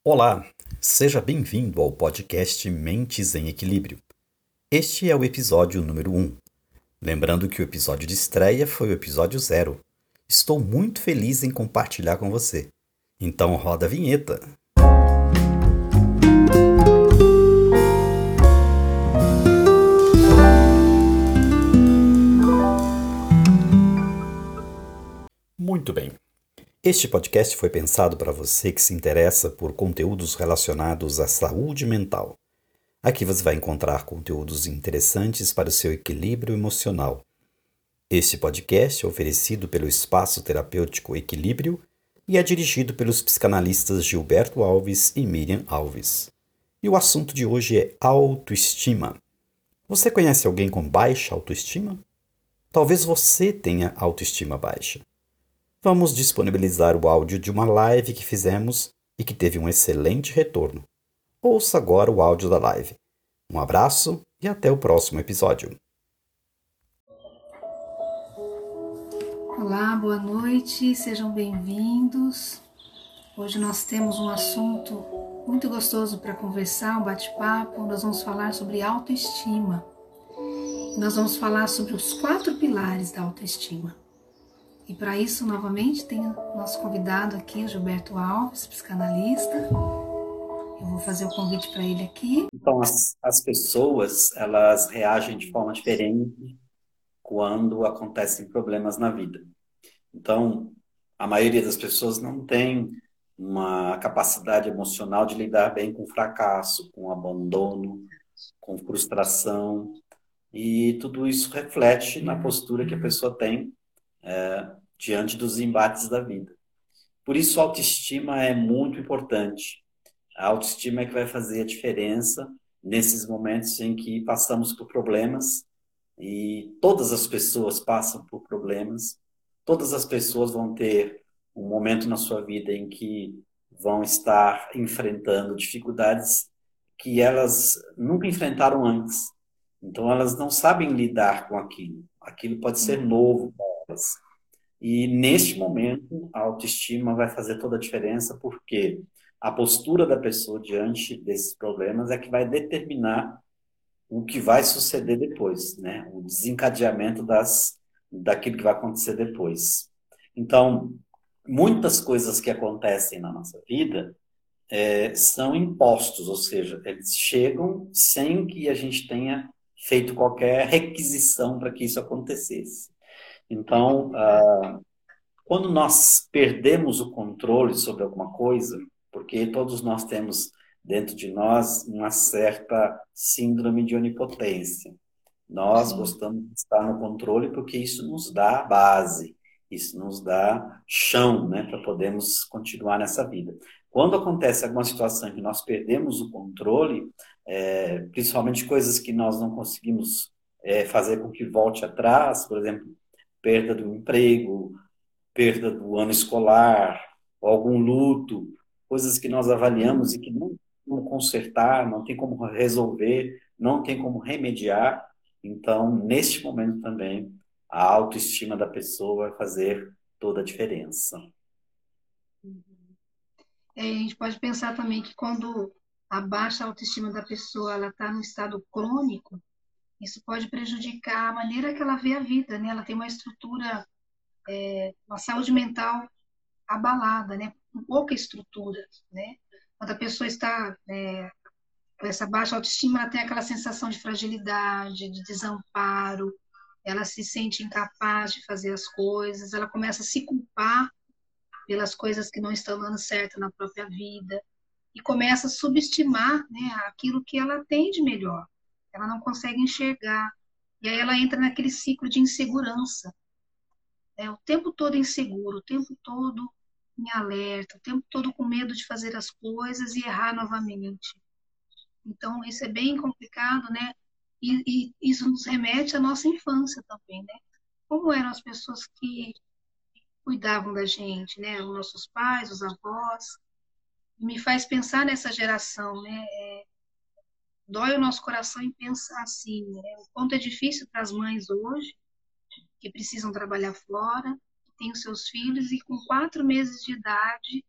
Olá, seja bem-vindo ao podcast Mentes em Equilíbrio. Este é o episódio número 1. Lembrando que o episódio de estreia foi o episódio 0. Estou muito feliz em compartilhar com você. Então roda a vinheta. Muito bem. Este podcast foi pensado para você que se interessa por conteúdos relacionados à saúde mental. Aqui você vai encontrar conteúdos interessantes para o seu equilíbrio emocional. Este podcast é oferecido pelo Espaço Terapêutico Equilíbrio e é dirigido pelos psicanalistas Gilberto Alves e Miriam Alves. E o assunto de hoje é autoestima. Você conhece alguém com baixa autoestima? Talvez você tenha autoestima baixa. Vamos disponibilizar o áudio de uma live que fizemos e que teve um excelente retorno. Ouça agora o áudio da live. Um abraço e até o próximo episódio. Olá, boa noite, sejam bem-vindos. Hoje nós temos um assunto muito gostoso para conversar, um bate-papo. Nós vamos falar sobre autoestima. Nós vamos falar sobre os 4 pilares da autoestima. E para isso, novamente, tem o nosso convidado aqui, o Gilberto Alves, psicanalista. Eu vou fazer o convite para ele aqui. Então, as pessoas, elas reagem de forma diferente quando acontecem problemas na vida. Então, a maioria das pessoas não tem uma capacidade emocional de lidar bem com fracasso, com abandono, com frustração, e tudo isso reflete na postura que a pessoa tem diante dos embates da vida. Por isso, a autoestima é muito importante. A autoestima é que vai fazer a diferença nesses momentos em que passamos por problemas, e todas as pessoas passam por problemas, todas as pessoas vão ter um momento na sua vida em que vão estar enfrentando dificuldades que elas nunca enfrentaram antes. Então, elas não sabem lidar com aquilo. Aquilo pode ser novo para elas. E, neste momento, a autoestima vai fazer toda a diferença, porque a postura da pessoa diante desses problemas é que vai determinar o que vai suceder depois, né? O desencadeamento daquilo que vai acontecer depois. Então, muitas coisas que acontecem na nossa vida são impostos, ou seja, eles chegam sem que a gente tenha feito qualquer requisição para que isso acontecesse. Então, quando nós perdemos o controle sobre alguma coisa, porque todos nós temos dentro de nós uma certa síndrome de onipotência. Nós Sim. gostamos de estar no controle porque isso nos dá base, isso nos dá chão, né, para podermos continuar nessa vida. Quando acontece alguma situação em que nós perdemos o controle, principalmente coisas que nós não conseguimos fazer com que volte atrás, por exemplo, perda do emprego, perda do ano escolar, ou algum luto, coisas que nós avaliamos e que não tem como consertar, não tem como resolver, não tem como remediar. Então, neste momento também, a autoestima da pessoa vai fazer toda a diferença. A gente pode pensar também que quando a baixa autoestima da pessoa ela está no estado crônico, isso pode prejudicar a maneira que ela vê a vida, né? Ela tem uma estrutura, uma saúde mental abalada, né? Com pouca estrutura, né? Quando a pessoa está com essa baixa autoestima, ela tem aquela sensação de fragilidade, de desamparo, ela se sente incapaz de fazer as coisas, ela começa a se culpar pelas coisas que não estão dando certo na própria vida e começa a subestimar, né, aquilo que ela tem de melhor. Ela não consegue enxergar. E aí ela entra naquele ciclo de insegurança. O tempo todo inseguro, o tempo todo em alerta, o tempo todo com medo de fazer as coisas e errar novamente. Então, isso é bem complicado, né? E isso nos remete à nossa infância também, né? Como eram as pessoas que cuidavam da gente, né? Os nossos pais, os avós. E me faz pensar nessa geração, né? Dói o nosso coração em pensar assim, né? O quanto é difícil para as mães hoje, que precisam trabalhar fora, que têm os seus filhos e com 4 meses de idade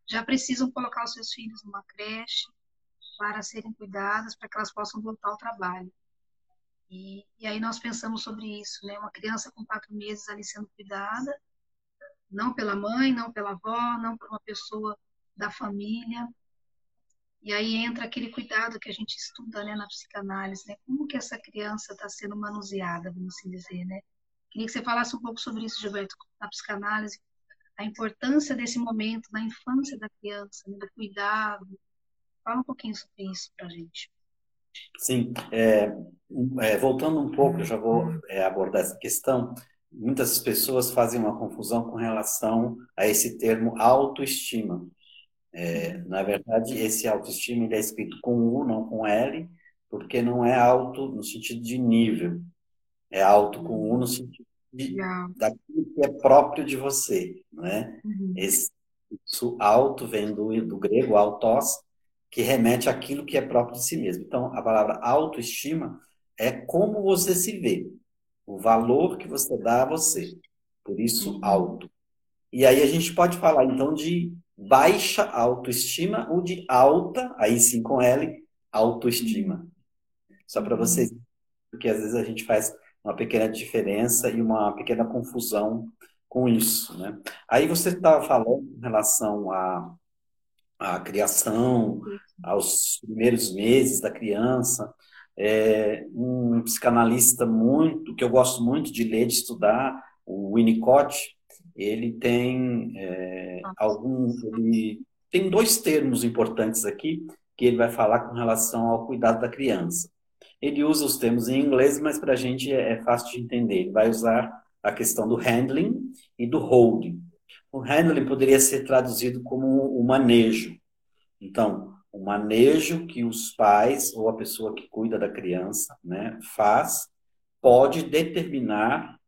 já precisam colocar os seus filhos numa creche para serem cuidadas, para que elas possam voltar ao trabalho. E aí nós pensamos sobre isso, né? Uma criança com 4 meses ali sendo cuidada, não pela mãe, não pela avó, não por uma pessoa da família. E aí entra aquele cuidado que a gente estuda, né, na psicanálise, né? Como que essa criança está sendo manuseada, vamos assim dizer, né? Queria que você falasse um pouco sobre isso, Gilberto, na psicanálise, a importância desse momento na infância da criança, né, do cuidado. Fala um pouquinho sobre isso para a gente. Sim, voltando um pouco, eu já vou abordar essa questão. Muitas pessoas fazem uma confusão com relação a esse termo autoestima. Na verdade, esse autoestima ele é escrito com U, não com L, porque não é alto no sentido de nível, é alto com U no sentido Legal. daquilo que é próprio de você, né? Uhum. Isso auto vem do grego autos, que remete àquilo que é próprio de si mesmo. Então, a palavra autoestima é como você se vê, o valor que você dá a você. Por isso, Uhum. auto. E aí a gente pode falar, então, de baixa autoestima ou de alta, aí sim com L, Uhum. autoestima. Só para Uhum. vocês, porque às vezes a gente faz uma pequena diferença e uma pequena confusão com isso, né? Aí você estava falando em relação à criação, aos primeiros meses da criança. Um psicanalista que eu gosto muito de ler, de estudar, o Winnicott, ele tem dois termos importantes aqui que ele vai falar com relação ao cuidado da criança. Ele usa os termos em inglês, mas para a gente é fácil de entender. Ele vai usar a questão do handling e do holding. O handling poderia ser traduzido como o manejo. Então, o manejo que os pais ou a pessoa que cuida da criança, né, faz pode determinar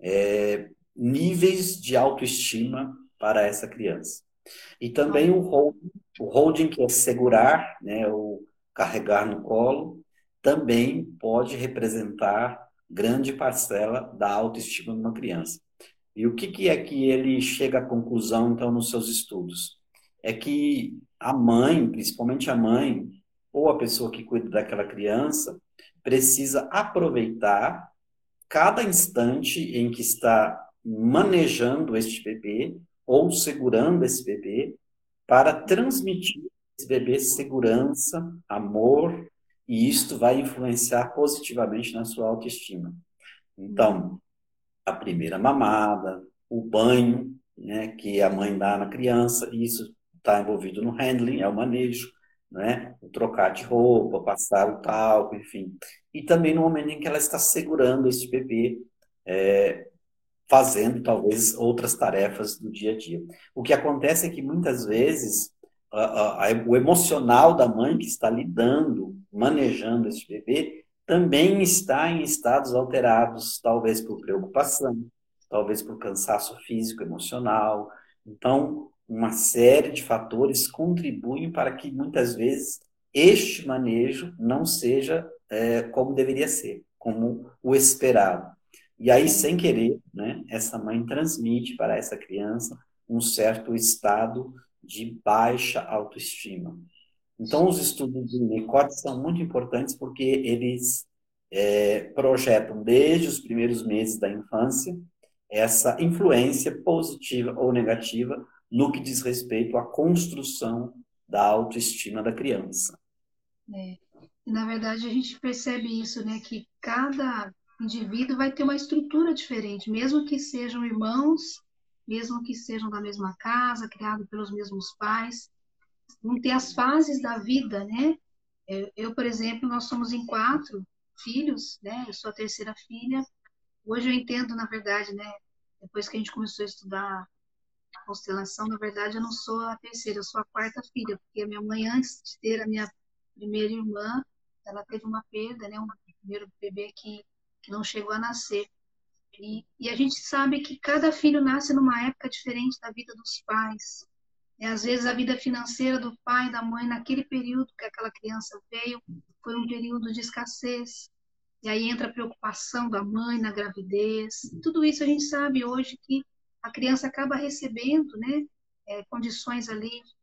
níveis de autoestima para essa criança. E também o holding, que é segurar, né, ou carregar no colo, também pode representar grande parcela da autoestima de uma criança. E o que é que ele chega à conclusão, então, nos seus estudos? É que a mãe, principalmente a mãe, ou a pessoa que cuida daquela criança, precisa aproveitar cada instante em que está manejando este bebê ou segurando esse bebê para transmitir esse bebê segurança, amor, e isto vai influenciar positivamente na sua autoestima. Uhum. Então, a primeira mamada, o banho, né, que a mãe dá na criança, isso está envolvido no handling, é o manejo, né, o trocar de roupa, passar o talco, enfim. E também no momento em que ela está segurando esse bebê, fazendo talvez outras tarefas do dia a dia. O que acontece é que muitas vezes o emocional da mãe que está lidando, manejando esse bebê, também está em estados alterados, talvez por preocupação, talvez por cansaço físico, emocional. Então, uma série de fatores contribuem para que muitas vezes este manejo não seja como deveria ser, como o esperado. E aí, sem querer, né, essa mãe transmite para essa criança um certo estado de baixa autoestima. Então, os estudos de Winnicott são muito importantes porque eles projetam desde os primeiros meses da infância essa influência positiva ou negativa no que diz respeito à construção da autoestima da criança. É. E, na verdade, a gente percebe isso, né? Que cada indivíduo vai ter uma estrutura diferente, mesmo que sejam irmãos, mesmo que sejam da mesma casa, criados pelos mesmos pais, vão ter as fases da vida, né? Eu, por exemplo, nós somos em 4 filhos, né? Eu sou a terceira filha. Hoje eu entendo, na verdade, né? Depois que a gente começou a estudar constelação, na verdade, eu não sou a terceira, eu sou a quarta filha, porque a minha mãe, antes de ter a minha primeira irmã, ela teve uma perda, né? Um primeiro bebê que não chegou a nascer. E a gente sabe que cada filho nasce numa época diferente da vida dos pais. E às vezes a vida financeira do pai e da mãe, naquele período que aquela criança veio, foi um período de escassez. E aí entra a preocupação da mãe na gravidez. Tudo isso a gente sabe hoje que a criança acaba recebendo, né, condições ali.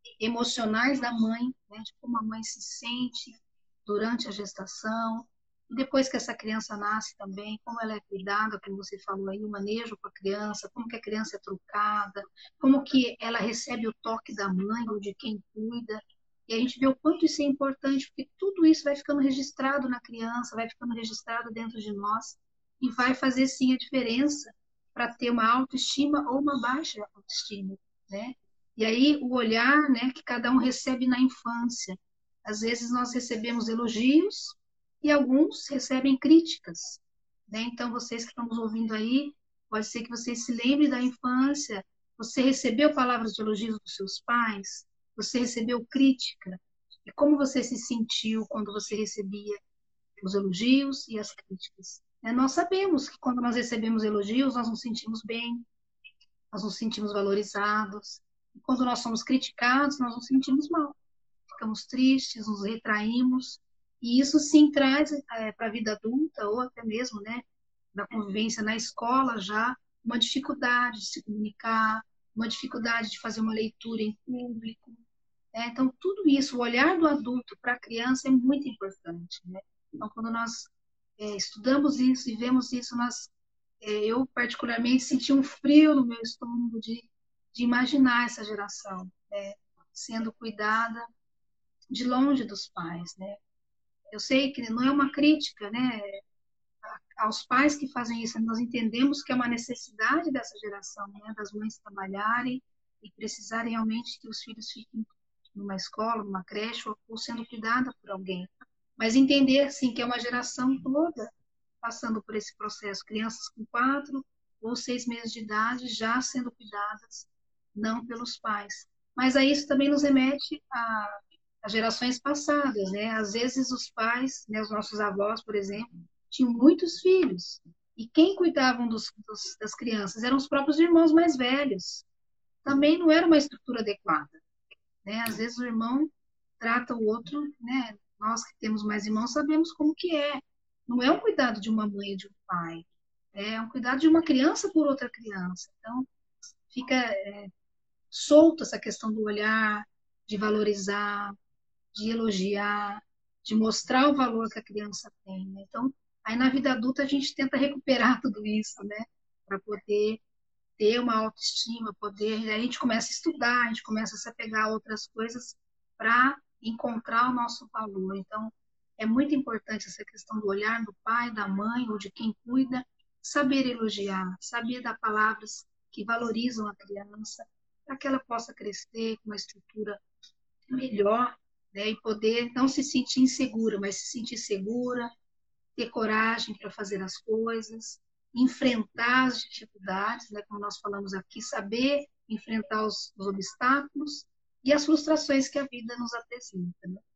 emocionais da mãe, né, de como a mãe se sente durante a gestação, e depois que essa criança nasce também, como ela é cuidada, como você falou aí, o manejo com a criança, como que a criança é trocada, como que ela recebe o toque da mãe ou de quem cuida, e a gente vê o quanto isso é importante, porque tudo isso vai ficando registrado na criança, vai ficando registrado dentro de nós, e vai fazer sim a diferença para ter uma autoestima ou uma baixa autoestima, né? E aí o olhar, né, que cada um recebe na infância. Às vezes nós recebemos elogios e alguns recebem críticas, né? Então vocês que estão nos ouvindo aí, pode ser que vocês se lembrem da infância. Você recebeu palavras de elogios dos seus pais? Você recebeu crítica? E como você se sentiu quando você recebia os elogios e as críticas? Né? Nós sabemos que quando nós recebemos elogios, nós nos sentimos bem, nós nos sentimos valorizados. E quando nós somos criticados, nós nos sentimos mal, ficamos tristes, nos retraímos. E isso sim traz para a vida adulta, ou até mesmo, né, na convivência na escola já, uma dificuldade de se comunicar, uma dificuldade de fazer uma leitura em público. Né? Então, tudo isso, o olhar do adulto para a criança é muito importante. Né? Então, quando nós estudamos isso e vemos isso, eu particularmente senti um frio no meu estômago de imaginar essa geração sendo cuidada de longe dos pais, né? Eu sei que não é uma crítica, né, aos pais que fazem isso. Nós entendemos que é uma necessidade dessa geração, né, das mães trabalharem e precisarem realmente que os filhos fiquem numa escola, numa creche ou sendo cuidada por alguém. Mas entender, sim, que é uma geração toda passando por esse processo. Crianças com 4 ou 6 meses de idade já sendo cuidadas, não pelos pais. Mas aí isso também nos remete a gerações passadas, né? Às vezes os pais, né, os nossos avós, por exemplo, tinham muitos filhos. E quem cuidavam das crianças eram os próprios irmãos mais velhos. Também não era uma estrutura adequada, né? Às vezes o irmão trata o outro, né? Nós que temos mais irmãos sabemos como que é. Não é um cuidado de uma mãe e de um pai, é um cuidado de uma criança por outra criança. Então, fica solto essa questão do olhar, de valorizar, de elogiar, de mostrar o valor que a criança tem. Né? Então, aí na vida adulta a gente tenta recuperar tudo isso, né? Para poder ter uma autoestima, poder. Aí a gente começa a estudar, a gente começa a se apegar a outras coisas para encontrar o nosso valor. Então, é muito importante essa questão do olhar do pai, da mãe ou de quem cuida, saber elogiar, saber dar palavras que valorizam a criança, para que ela possa crescer com uma estrutura melhor, né, e poder não se sentir insegura, mas se sentir segura, ter coragem para fazer as coisas, enfrentar as dificuldades, né, como nós falamos aqui, saber enfrentar os obstáculos e as frustrações que a vida nos apresenta. Né?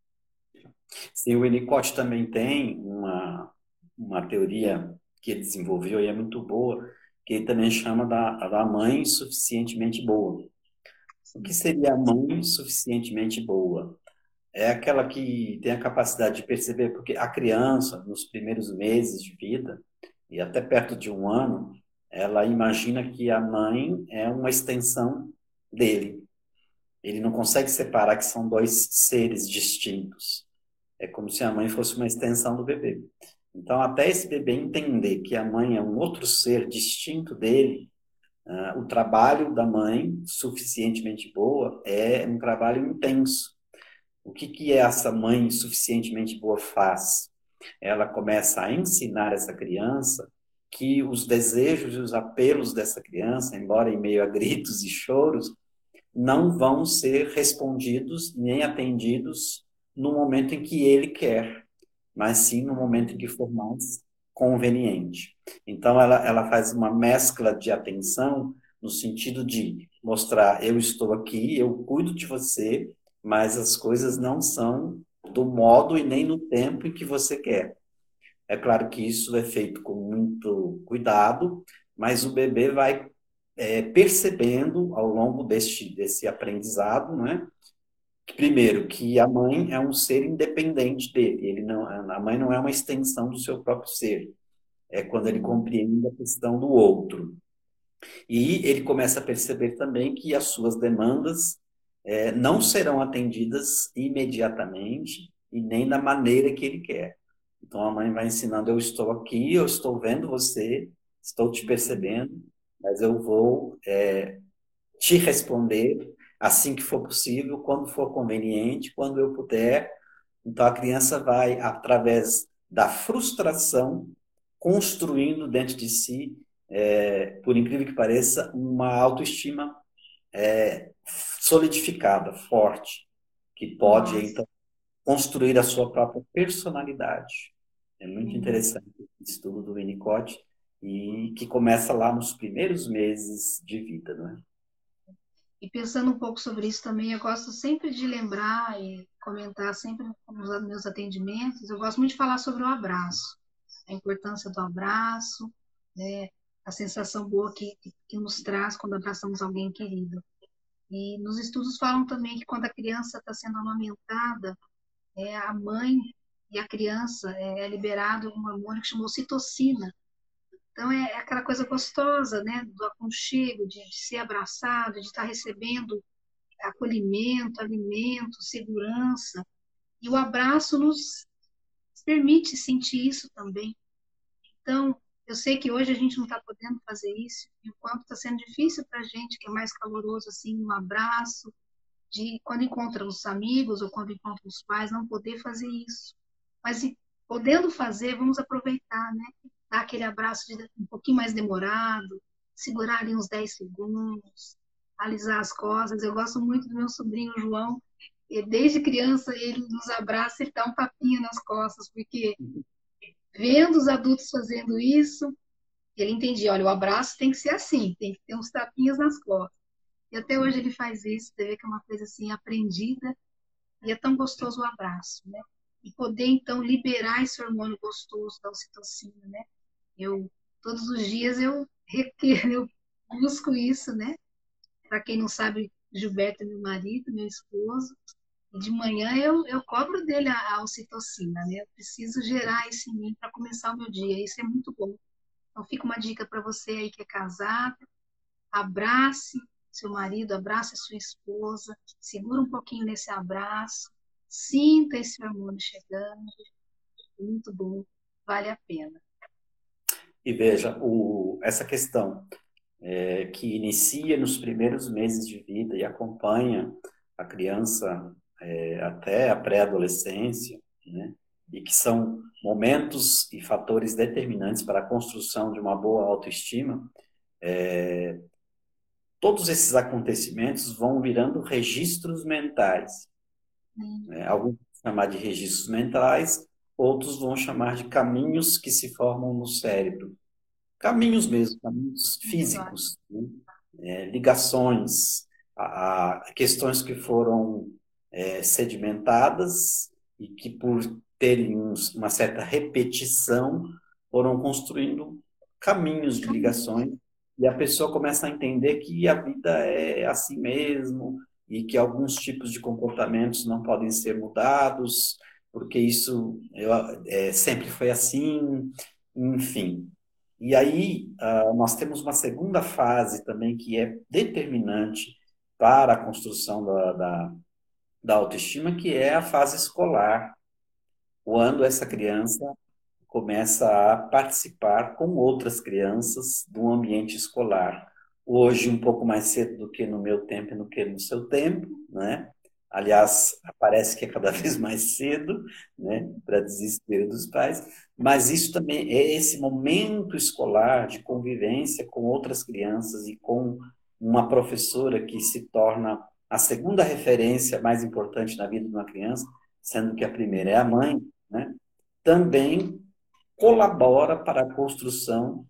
Sim, o Winnicott também tem uma teoria que ele desenvolveu e é muito boa, que ele também chama da mãe suficientemente boa. O que Sim. seria a mãe suficientemente boa? É aquela que tem a capacidade de perceber, porque a criança, nos primeiros meses de vida, e até perto de 1 ano, ela imagina que a mãe é uma extensão dele. Ele não consegue separar que são dois seres distintos. É como se a mãe fosse uma extensão do bebê. Então, até esse bebê entender que a mãe é um outro ser distinto dele, o trabalho da mãe, suficientemente boa, é um trabalho intenso. O que essa mãe suficientemente boa faz? Ela começa a ensinar essa criança que os desejos e os apelos dessa criança, embora em meio a gritos e choros, não vão ser respondidos nem atendidos no momento em que ele quer, mas sim no momento em que for mais conveniente. Então, ela faz uma mescla de atenção no sentido de mostrar: eu estou aqui, eu cuido de você, mas as coisas não são do modo e nem no tempo em que você quer. É claro que isso é feito com muito cuidado, mas o bebê vai percebendo ao longo desse aprendizado, né? Primeiro, que a mãe é um ser independente dele. Ele não, a mãe não é uma extensão do seu próprio ser. É quando ele compreende a questão do outro. E ele começa a perceber também que as suas demandas não serão atendidas imediatamente e nem da maneira que ele quer. Então a mãe vai ensinando: eu estou aqui, eu estou vendo você, estou te percebendo, mas eu vou te responder assim que for possível, quando for conveniente, quando eu puder. Então a criança vai, através da frustração, construindo dentro de si, por incrível que pareça, uma autoestima solidificada, forte, que pode, Nossa, então, construir a sua própria personalidade. É muito sim. interessante esse estudo do Winnicott, e que começa lá nos primeiros meses de vida, não é? E pensando um pouco sobre isso também, eu gosto sempre de lembrar e comentar sempre nos meus atendimentos, eu gosto muito de falar sobre o abraço, a importância do abraço, né, a sensação boa que nos traz quando abraçamos alguém querido. E nos estudos falam também que quando a criança está sendo amamentada, a mãe e a criança é liberado um hormônio que chama ocitocina. Então é aquela coisa gostosa, né, do aconchego, de ser abraçado, de estar recebendo acolhimento, alimento, segurança. E o abraço nos permite sentir isso também. Então, eu sei que hoje a gente não está podendo fazer isso, e o quanto está sendo difícil para a gente, que é mais caloroso, assim, um abraço, de quando encontra os amigos ou quando encontra os pais, não poder fazer isso. Mas podendo fazer, vamos aproveitar, né? Dar aquele abraço um pouquinho mais demorado, segurar ali uns 10 segundos, alisar as costas. Eu gosto muito do meu sobrinho João, e desde criança ele nos abraça e dá um tapinha nas costas, porque vendo os adultos fazendo isso, ele entendia, olha, o abraço tem que ser assim, tem que ter uns tapinhas nas costas. E até hoje ele faz isso, você vê que é uma coisa assim aprendida, e é tão gostoso o abraço, né? E poder então liberar esse hormônio gostoso da ocitocina, né? Eu todos os dias eu requer, eu busco isso, né? Para quem não sabe, Gilberto é meu marido, meu esposo, e de manhã eu cobro dele a ocitocina, né? Eu preciso gerar isso em mim para começar o meu dia. Isso é muito bom. Então fica uma dica para você aí que é casado, abrace seu marido, abrace a sua esposa, segura um pouquinho nesse abraço, sinta esse hormônio chegando, muito bom, vale a pena. E veja, essa questão que inicia nos primeiros meses de vida e acompanha a criança até a pré-adolescência, né? E que são momentos e fatores determinantes para a construção de uma boa autoestima. Todos esses acontecimentos vão virando registros mentais, né? Alguns vão chamar de registros mentais, outros vão chamar de caminhos que se formam no cérebro. Caminhos mesmo, caminhos Exato. físicos, né? Ligações, a questões que foram sedimentadas e que, por terem uma certa repetição, foram construindo caminhos de ligações, e a pessoa começa a entender que a vida é assim mesmo e que alguns tipos de comportamentos não podem ser mudados, porque isso sempre foi assim, enfim. E aí, nós temos uma segunda fase também que é determinante para a construção da autoestima, que é a fase escolar, quando essa criança começa a participar com outras crianças do ambiente escolar. Hoje, um pouco mais cedo do que no meu tempo e no que no seu tempo, né? Aliás, parece que é cada vez mais cedo, né? Para desespero dos pais. Mas isso também é esse momento escolar de convivência com outras crianças e com uma professora que se torna a segunda referência mais importante na vida de uma criança, sendo que a primeira é a mãe, né? Também colabora para a construção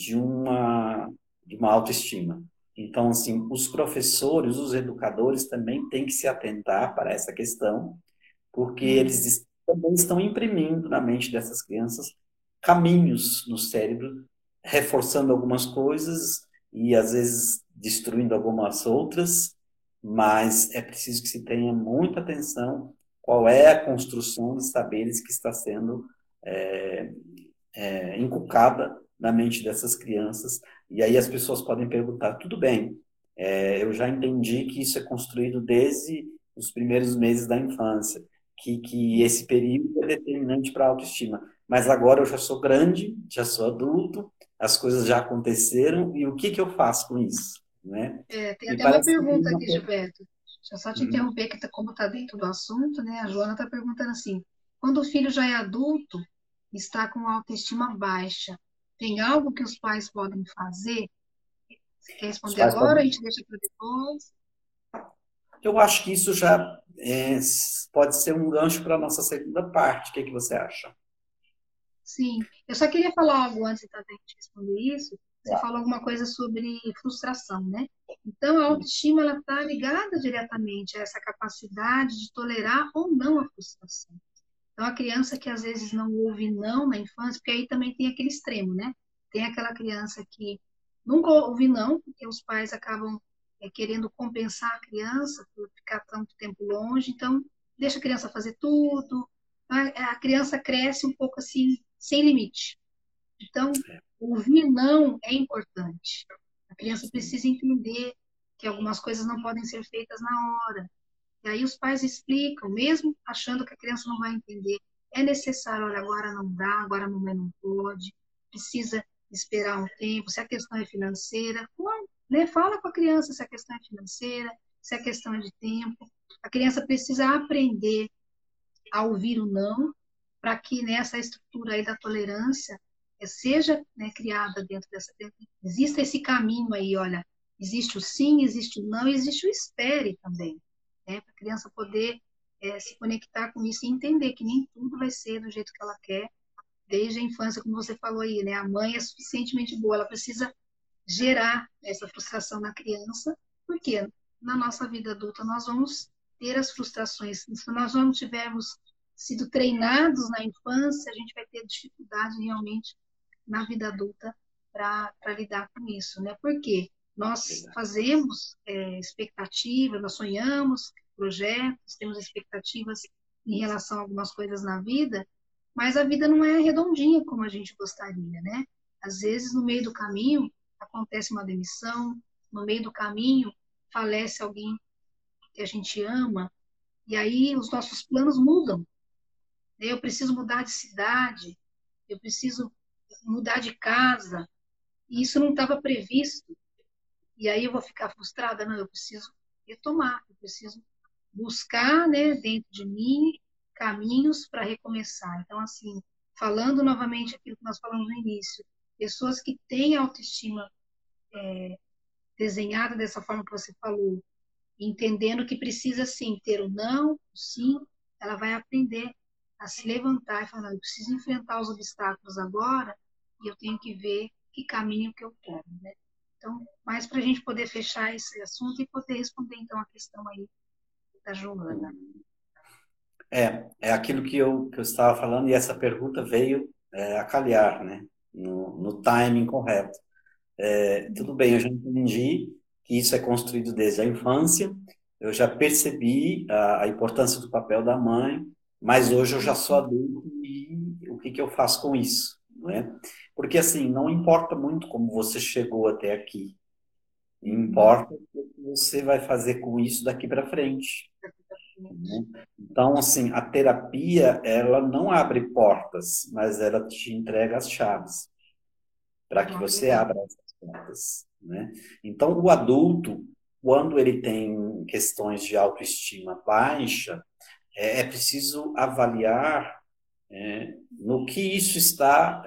de uma autoestima. Então, assim, os professores, os educadores também têm que se atentar para essa questão, porque Uhum. eles também estão imprimindo na mente dessas crianças caminhos no cérebro, reforçando algumas coisas e, às vezes, destruindo algumas outras, mas é preciso que se tenha muita atenção qual é a construção de saberes que está sendo é, inculcada na mente dessas crianças. E aí as pessoas podem perguntar: tudo bem, Eu já entendi que isso é construído desde os primeiros meses da infância, que esse período é determinante para a autoestima. Mas agora eu já sou grande, já sou adulto, as coisas já aconteceram, e o que que eu faço com isso, né? Tem Me até uma parece que tem pergunta uma... aqui, Gilberto. Deixa eu só te Uhum. interromper, que como está dentro do assunto, né? A Joana está perguntando assim: quando o filho já é adulto, está com autoestima baixa, tem algo que os pais podem fazer? Você quer Os responder pais agora? A podem... gente deixa para depois? Eu acho que isso já pode ser um gancho para a nossa segunda parte. O que que você acha? Sim. Eu só queria falar algo antes da gente responder isso. Você Tá. falou alguma coisa sobre frustração, né? Então, a autoestima ela está ligada diretamente a essa capacidade de tolerar ou não a frustração. Então, a criança que às vezes não ouve não na infância, porque aí também tem aquele extremo, né? Tem aquela criança que nunca ouve não, porque os pais acabam querendo compensar a criança por ficar tanto tempo longe, então deixa a criança fazer tudo. A criança cresce um pouco assim, sem limite. Então, ouvir não é importante. A criança precisa entender que algumas coisas não podem ser feitas na hora. E aí os pais explicam, mesmo achando que a criança não vai entender. É necessário, olha, agora não dá, agora a mamãe não pode, precisa esperar um tempo, se a questão é financeira, não, né? Fala com a criança se a questão é financeira, se a questão é de tempo. A criança precisa aprender a ouvir o não, para que nessa estrutura aí da tolerância seja, né, criada dentro dessa. Exista esse caminho aí, olha, existe o sim, existe o não, existe o espere também, né, para a criança poder se conectar com isso e entender que nem tudo vai ser do jeito que ela quer, desde a infância, como você falou aí, né, a mãe é suficientemente boa, ela precisa gerar essa frustração na criança, porque na nossa vida adulta nós vamos ter as frustrações. Se nós não tivermos sido treinados na infância, a gente vai ter dificuldade realmente na vida adulta para lidar com isso, né? Porque nós fazemos expectativas, nós sonhamos projetos, temos expectativas em relação a algumas coisas na vida, mas a vida não é redondinha como a gente gostaria, né? Às vezes, no meio do caminho, acontece uma demissão, no meio do caminho, falece alguém que a gente ama, e aí os nossos planos mudam. Eu preciso mudar de cidade, eu preciso mudar de casa, e isso não estava previsto. E aí eu vou ficar frustrada? Não, eu preciso retomar, eu preciso buscar, né, dentro de mim caminhos para recomeçar. Então, assim, falando novamente aquilo que nós falamos no início, pessoas que têm autoestima desenhada dessa forma que você falou, entendendo que precisa sim ter o não, o sim, ela vai aprender a se levantar e falar, não, eu preciso enfrentar os obstáculos agora e eu tenho que ver que caminho que eu quero, né? Então, mais para a gente poder fechar esse assunto e poder responder então a questão aí da Joana. É aquilo que eu estava falando, e essa pergunta veio a calhar, né? No timing correto. Tudo bem, eu já entendi que isso é construído desde a infância, eu já percebi a importância do papel da mãe, mas hoje eu já sou adulto e o que que eu faço com isso, não é? Porque, assim, não importa muito como você chegou até aqui, importa o que você vai fazer com isso daqui para frente, né? Então, assim, a terapia, ela não abre portas, mas ela te entrega as chaves para que Ó, que você legal. abra essas portas, né? Então, o adulto, quando ele tem questões de autoestima baixa, é preciso avaliar no que isso está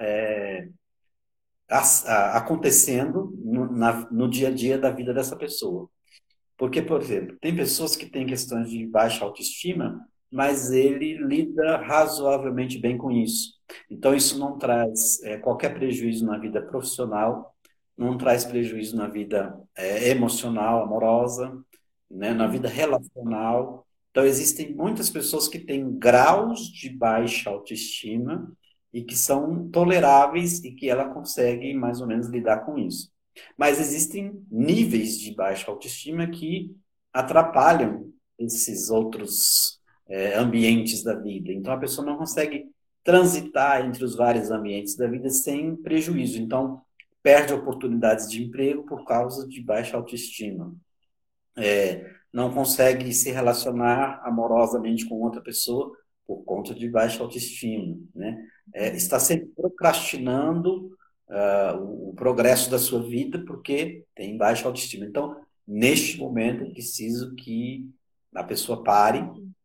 acontecendo no dia a dia da vida dessa pessoa. Porque, por exemplo, tem pessoas que têm questões de baixa autoestima, mas ele lida razoavelmente bem com isso. Então, isso não traz qualquer prejuízo na vida profissional, não traz prejuízo na vida emocional, amorosa, né, na vida relacional. Então, existem muitas pessoas que têm graus de baixa autoestima e que são toleráveis e que ela consegue mais ou menos lidar com isso. Mas existem níveis de baixa autoestima que atrapalham esses outros ambientes da vida. Então a pessoa não consegue transitar entre os vários ambientes da vida sem prejuízo. Então perde oportunidades de emprego por causa de baixa autoestima. não consegue se relacionar amorosamente com outra pessoa por conta de baixa autoestima, né? Está sempre procrastinando o progresso da sua vida porque tem baixa autoestima. Então, neste momento, é preciso que a pessoa pare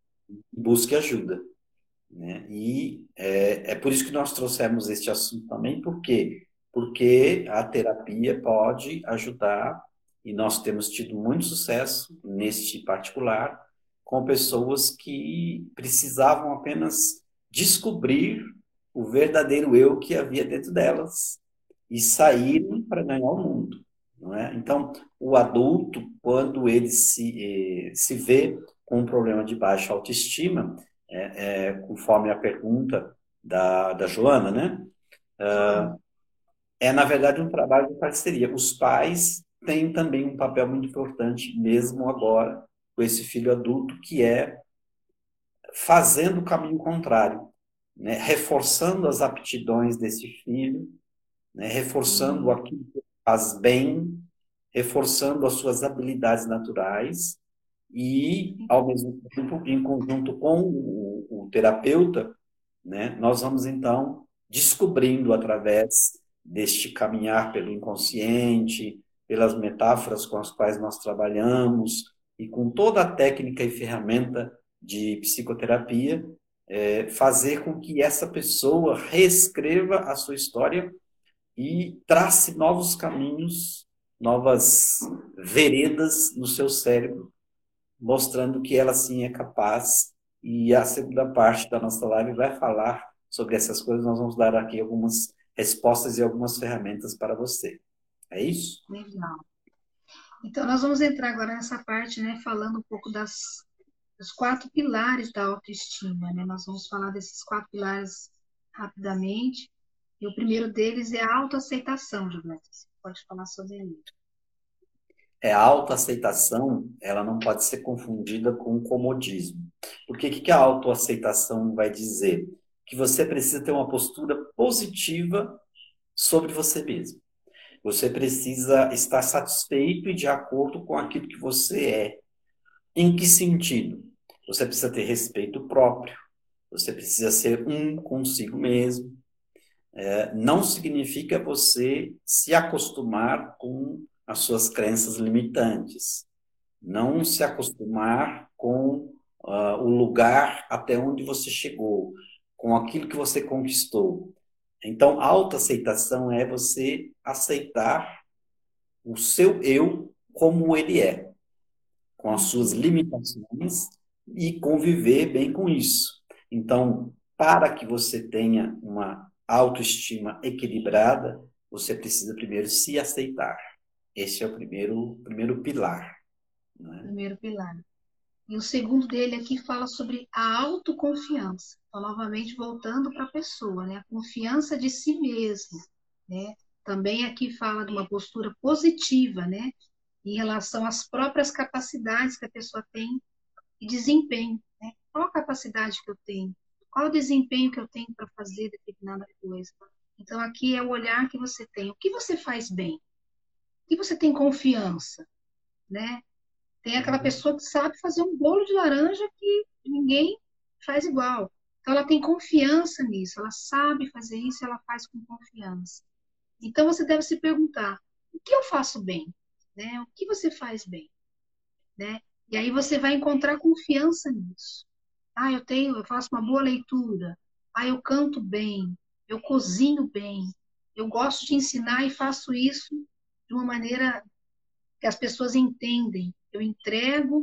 e busque ajuda, né? E é por isso que nós trouxemos este assunto também, por quê? Porque a terapia pode ajudar, e nós temos tido muito sucesso neste particular, com pessoas que precisavam apenas descobrir o verdadeiro eu que havia dentro delas e saírem para ganhar o mundo, não é? Então, o adulto, quando ele se vê com um problema de baixa autoestima, conforme a pergunta da Joana, né? Joana. Na verdade, um trabalho de parceria. Os pais têm também um papel muito importante, mesmo agora, com esse filho adulto, que é fazendo o caminho contrário, né? Reforçando as aptidões desse filho, né? Reforçando Hum, aquilo que faz bem, reforçando as suas habilidades naturais e, ao mesmo tempo, em conjunto com o terapeuta, né, nós vamos então descobrindo através deste caminhar pelo inconsciente, pelas metáforas com as quais nós trabalhamos e com toda a técnica e ferramenta de psicoterapia, fazer com que essa pessoa reescreva a sua história e trace novos caminhos, novas veredas no seu cérebro, mostrando que ela sim é capaz. E a segunda parte da nossa live vai falar sobre essas coisas. Nós vamos dar aqui algumas respostas e algumas ferramentas para você. É isso? legal. Então, nós vamos entrar agora nessa parte, né, falando um pouco dos quatro pilares da autoestima, né? Nós vamos falar desses quatro pilares rapidamente. E o primeiro deles é a autoaceitação, Gilberto. Você pode falar sobre ele. A autoaceitação, ela não pode ser confundida com o comodismo. Porque o que a autoaceitação vai dizer? Que você precisa ter uma postura positiva sobre você mesmo. Você precisa estar satisfeito e de acordo com aquilo que você é. Em que sentido? Você precisa ter respeito próprio, você precisa ser um consigo mesmo. Não significa você se acostumar com as suas crenças limitantes, não se acostumar com o lugar até onde você chegou, com aquilo que você conquistou. Então, autoaceitação é você aceitar o seu eu como ele é, com as suas Uhum. limitações e conviver bem com isso. Então, para que você tenha uma autoestima equilibrada, você precisa primeiro se aceitar. Esse é o primeiro pilar, né? Primeiro pilar. E o segundo dele aqui fala sobre a autoconfiança. Então, novamente, voltando para a pessoa, né? A confiança de si mesmo, né? Também aqui fala de uma postura positiva, né? Em relação às próprias capacidades que a pessoa tem e desempenho, né? Qual a capacidade que eu tenho? Qual o desempenho que eu tenho para fazer determinada coisa? Então, aqui é o olhar que você tem. O que você faz bem? O que você tem confiança, né? Tem aquela pessoa que sabe fazer um bolo de laranja que ninguém faz igual. Então, ela tem confiança nisso, ela sabe fazer isso, ela faz com confiança. Então, você deve se perguntar: o que eu faço bem? Né? O que você faz bem? Né? E aí você vai encontrar confiança nisso. Ah, eu faço uma boa leitura. Ah, eu canto bem. Eu cozinho bem. Eu gosto de ensinar e faço isso de uma maneira que as pessoas entendem. Eu entrego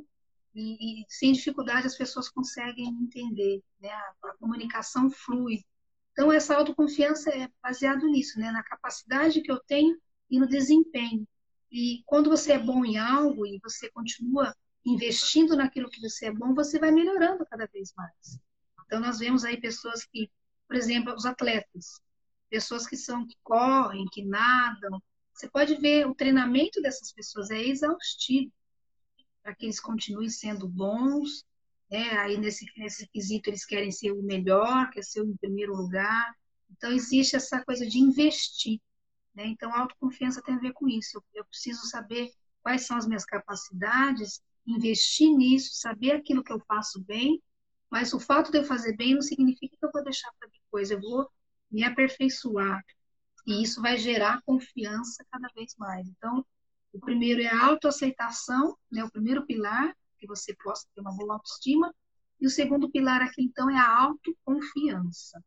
e sem dificuldade as pessoas conseguem entender, né? A comunicação flui. Então, essa autoconfiança é baseado nisso, né? Na capacidade que eu tenho e no desempenho. E quando você é bom em algo e você continua investindo naquilo que você é bom, você vai melhorando cada vez mais. Então, nós vemos aí pessoas que, por exemplo, os atletas, pessoas que correm, que nadam. Você pode ver o treinamento dessas pessoas é exaustivo para que eles continuem sendo bons, né? Aí nesse quesito eles querem ser o melhor, quer ser o em primeiro lugar. Então existe essa coisa de investir, né? Então a autoconfiança tem a ver com isso. Eu preciso saber quais são as minhas capacidades, investir nisso, saber aquilo que eu faço bem, mas o fato de eu fazer bem não significa que eu vou deixar para depois, eu vou me aperfeiçoar, e isso vai gerar confiança cada vez mais. Então, o primeiro é a autoaceitação, né? O primeiro pilar, que você possa ter uma boa autoestima, e o segundo pilar aqui, então, é a autoconfiança.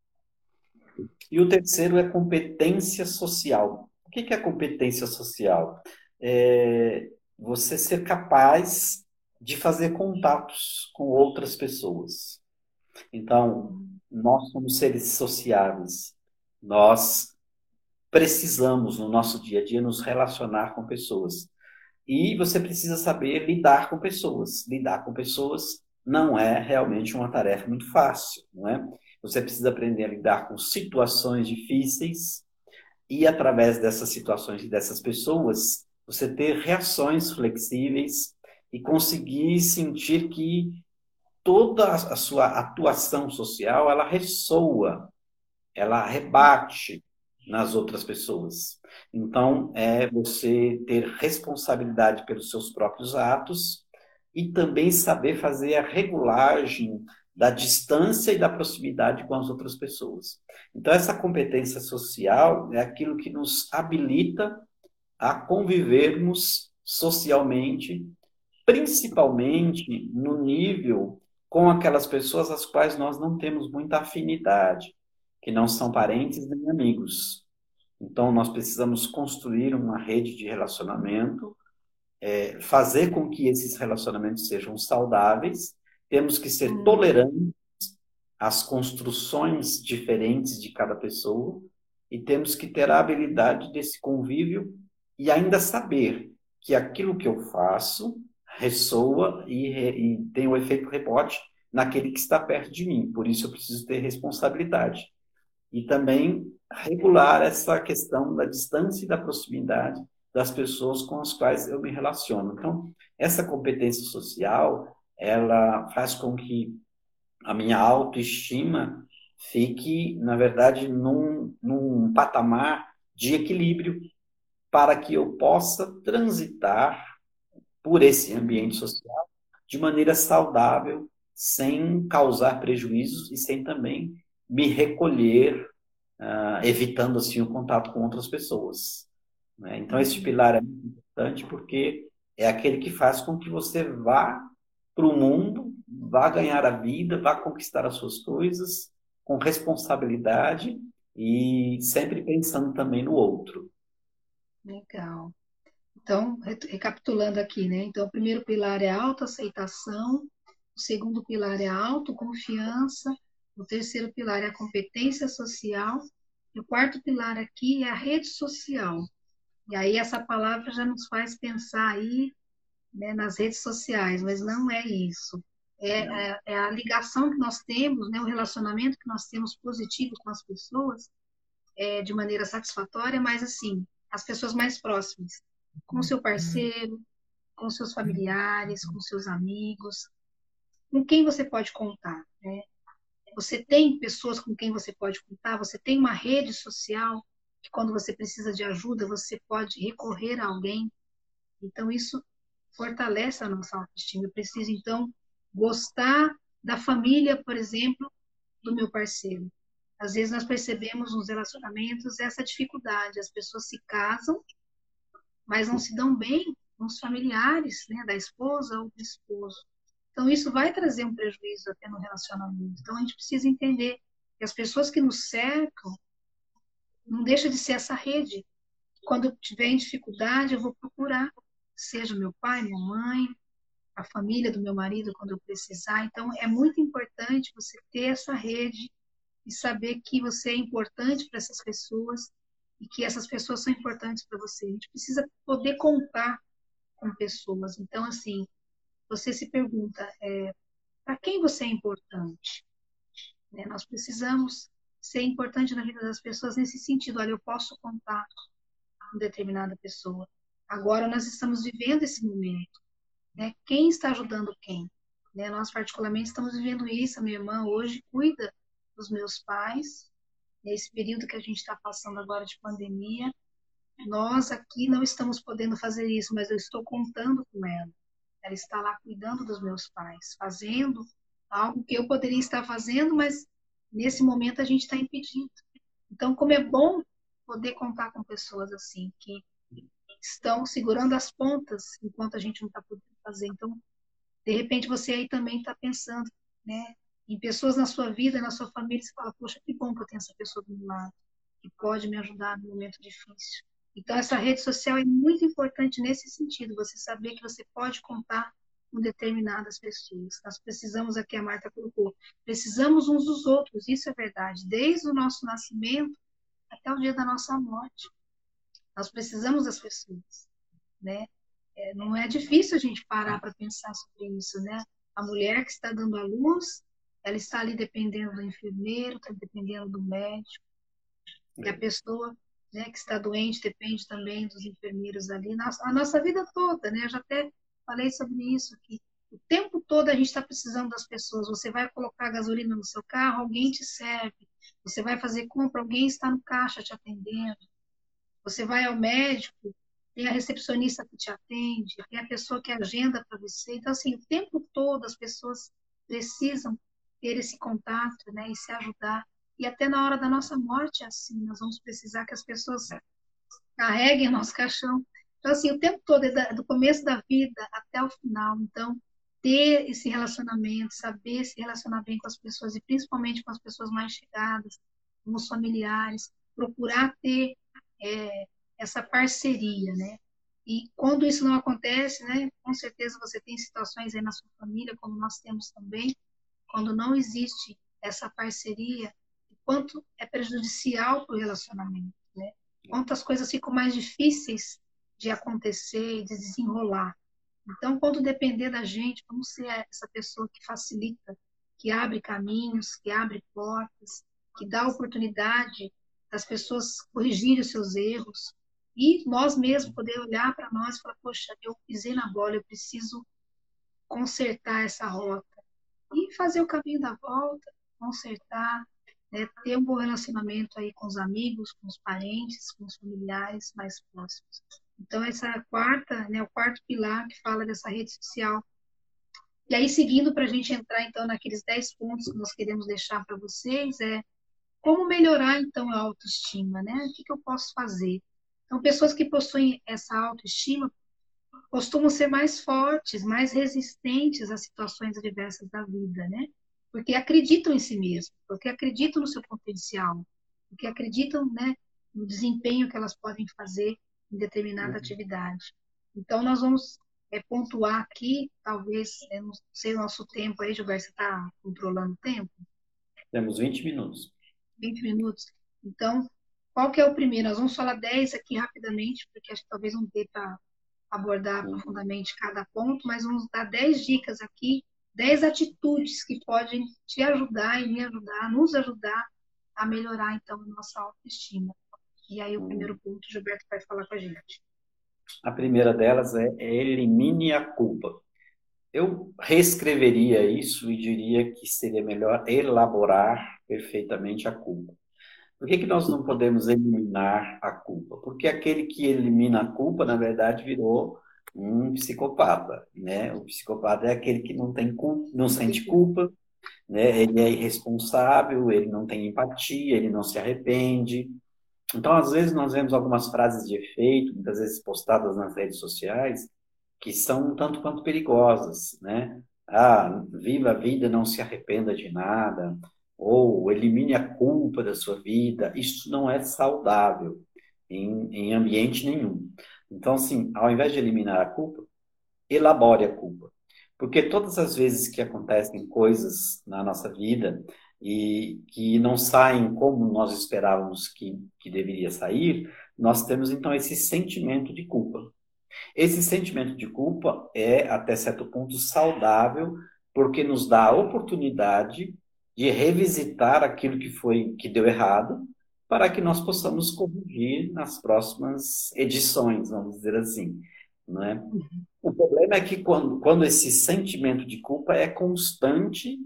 E o terceiro é competência social. O que é competência social? É você ser capaz de fazer contatos com outras pessoas. Então, nós somos seres sociáveis. Nós precisamos, no nosso dia a dia, nos relacionar com pessoas. E você precisa saber lidar com pessoas. Lidar com pessoas não é realmente uma tarefa muito fácil, não é? Você precisa aprender a lidar com situações difíceis e, através dessas situações e dessas pessoas, você ter reações flexíveis e conseguir sentir que toda a sua atuação social, ela ressoa, ela rebate nas outras pessoas. Então, é você ter responsabilidade pelos seus próprios atos e também saber fazer a regulagem da distância e da proximidade com as outras pessoas. Então, essa competência social é aquilo que nos habilita a convivermos socialmente, principalmente no nível com aquelas pessoas às quais nós não temos muita afinidade, que não são parentes nem amigos. Então, nós precisamos construir uma rede de relacionamento, fazer com que esses relacionamentos sejam saudáveis, temos que ser tolerantes às construções diferentes de cada pessoa e temos que ter a habilidade desse convívio e ainda saber que aquilo que eu faço ressoa e tem o efeito rebote naquele que está perto de mim. Por isso eu preciso ter responsabilidade. E também regular essa questão da distância e da proximidade das pessoas com as quais eu me relaciono. Então, essa competência social, ela faz com que a minha autoestima fique, na verdade, num patamar de equilíbrio para que eu possa transitar por esse ambiente social de maneira saudável, sem causar prejuízos e sem também me recolher, evitando assim o contato com outras pessoas. Né? Então, esse pilar é muito importante porque é aquele que faz com que você vá para o mundo, vá ganhar a vida, vá conquistar as suas coisas com responsabilidade e sempre pensando também no outro. Legal. Então, recapitulando aqui, né? Então, o primeiro pilar é a autoaceitação, o segundo pilar é a autoconfiança, o terceiro pilar é a competência social, e o quarto pilar aqui é a rede social. E aí essa palavra já nos faz pensar aí, né, nas redes sociais, mas não é isso. É a ligação que nós temos, né, o relacionamento que nós temos positivo com as pessoas, de maneira satisfatória, mas assim, as pessoas mais próximas, com o seu parceiro, com seus familiares, com seus amigos, com quem você pode contar, né? Você tem pessoas com quem você pode contar, você tem uma rede social que quando você precisa de ajuda, você pode recorrer a alguém. Então, isso fortalece a nossa autoestima. Eu preciso, então, gostar da família, por exemplo, do meu parceiro. Às vezes nós percebemos nos relacionamentos essa dificuldade. As pessoas se casam, mas não se dão bem com os familiares, né, da esposa ou do esposo. Então, isso vai trazer um prejuízo até no relacionamento. Então, a gente precisa entender que as pessoas que nos cercam não deixa de ser essa rede. Quando eu tiver em dificuldade, eu vou procurar, seja meu pai, minha mãe, a família do meu marido, quando eu precisar. Então, é muito importante você ter essa rede e saber que você é importante para essas pessoas e que essas pessoas são importantes para você. A gente precisa poder contar com pessoas. Então, assim, você se pergunta, para quem você é importante? Né? Nós precisamos ser importante na vida das pessoas nesse sentido. Olha, eu posso contar com determinada pessoa. Agora nós estamos vivendo esse momento. Né? Quem está ajudando quem? Né? Nós, particularmente, estamos vivendo isso. A minha irmã hoje cuida dos meus pais, nesse período que a gente está passando agora de pandemia. nós aqui não estamos podendo fazer isso, mas eu estou contando com ela. Ela está lá cuidando dos meus pais, fazendo algo que eu poderia estar fazendo, mas nesse momento a gente está impedindo. Então, como é bom poder contar com pessoas assim, que estão segurando as pontas enquanto a gente não está podendo fazer. Então, de repente, você aí também está pensando, né, em pessoas na sua vida, na sua família, você fala, poxa, que bom que eu tenho essa pessoa do meu lado, que pode me ajudar no momento difícil. Então, essa rede social é muito importante nesse sentido, você saber que você pode contar com determinadas pessoas. Nós precisamos, aqui a Marta colocou, precisamos uns dos outros, isso é verdade, desde o nosso nascimento até o dia da nossa morte. Nós precisamos das pessoas, né? Não é difícil a gente parar para pensar sobre isso, né? A mulher que está dando à luz, ela está ali dependendo do enfermeiro, está dependendo do médico, e a pessoa, né, que está doente depende também dos enfermeiros ali, a nossa vida toda, né? Eu já até falei sobre isso, que o tempo todo a gente está precisando das pessoas. Você vai colocar gasolina no seu carro, alguém te serve. Você vai fazer compra, alguém está no caixa te atendendo. Você vai ao médico, tem a recepcionista que te atende, tem a pessoa que agenda para você. Então, assim, o tempo todo as pessoas precisam ter esse contato, né, e se ajudar. E até na hora da nossa morte é assim, nós vamos precisar que as pessoas carreguem o nosso caixão. Então, assim, o tempo todo, do começo da vida até o final. Então, ter esse relacionamento, saber se relacionar bem com as pessoas, e principalmente com as pessoas mais chegadas, com os familiares, procurar ter é, essa parceria, né? E quando isso não acontece, né, com certeza você tem situações aí na sua família, como nós temos também, quando não existe essa parceria, o quanto é prejudicial para o relacionamento, né? Quantas coisas ficam mais difíceis de acontecer e de desenrolar. Então, quando depender da gente, vamos ser essa pessoa que facilita, que abre caminhos, que abre portas, que dá oportunidade das pessoas corrigirem os seus erros. E nós mesmos poder olhar para nós e falar, poxa, eu pisei na bola, eu preciso consertar essa rota. E fazer o caminho da volta, consertar, né, ter um bom relacionamento aí com os amigos, com os parentes, com os familiares mais próximos. Então, essa é a quarta, né, o quarto pilar que fala dessa rede social. E aí, seguindo para a gente entrar, então, naqueles 10 pontos que nós queremos deixar para vocês, é como melhorar, então, a autoestima, né? O que que eu posso fazer? Então, pessoas que possuem essa autoestima costumam ser mais fortes, mais resistentes às situações adversas da vida, né? Porque acreditam em si mesmo, porque acreditam no seu potencial, porque acreditam, né, no desempenho que elas podem fazer em determinada atividade. Então, nós vamos pontuar aqui, talvez, não sei o nosso tempo aí, Gilberto, você está controlando o tempo? Temos 20 minutos. 20 minutos. Então, qual que é o primeiro? Nós vamos falar 10 aqui rapidamente, porque acho que talvez não dê para abordar profundamente cada ponto, mas vamos dar 10 dicas aqui, 10 atitudes que podem te ajudar e me ajudar, nos ajudar a melhorar, então, a nossa autoestima. E aí, o primeiro ponto, o Gilberto vai falar com a gente. A primeira delas é elimine a culpa. Eu reescreveria isso e diria que seria melhor elaborar perfeitamente a culpa. Por que que nós não podemos eliminar a culpa? Porque aquele que elimina a culpa, na verdade, virou um psicopata, né? O psicopata é aquele que não tem culpa, não sente culpa, né? Ele é irresponsável, ele não tem empatia, ele não se arrepende. Então, às vezes, nós vemos algumas frases de efeito, muitas vezes postadas nas redes sociais, que são um tanto quanto perigosas, né? Ah, viva a vida, não se arrependa de nada, ou elimine a culpa da sua vida. Isso não é saudável em ambiente nenhum. Então, assim, ao invés de eliminar a culpa, elabore a culpa. Porque todas as vezes que acontecem coisas na nossa vida e que não saem como nós esperávamos que deveria sair, nós temos então esse sentimento de culpa. Esse sentimento de culpa é, até certo ponto, saudável, porque nos dá a oportunidade de revisitar aquilo que deu errado, para que nós possamos corrigir nas próximas edições, vamos dizer assim, não é? O problema é que quando esse sentimento de culpa é constante,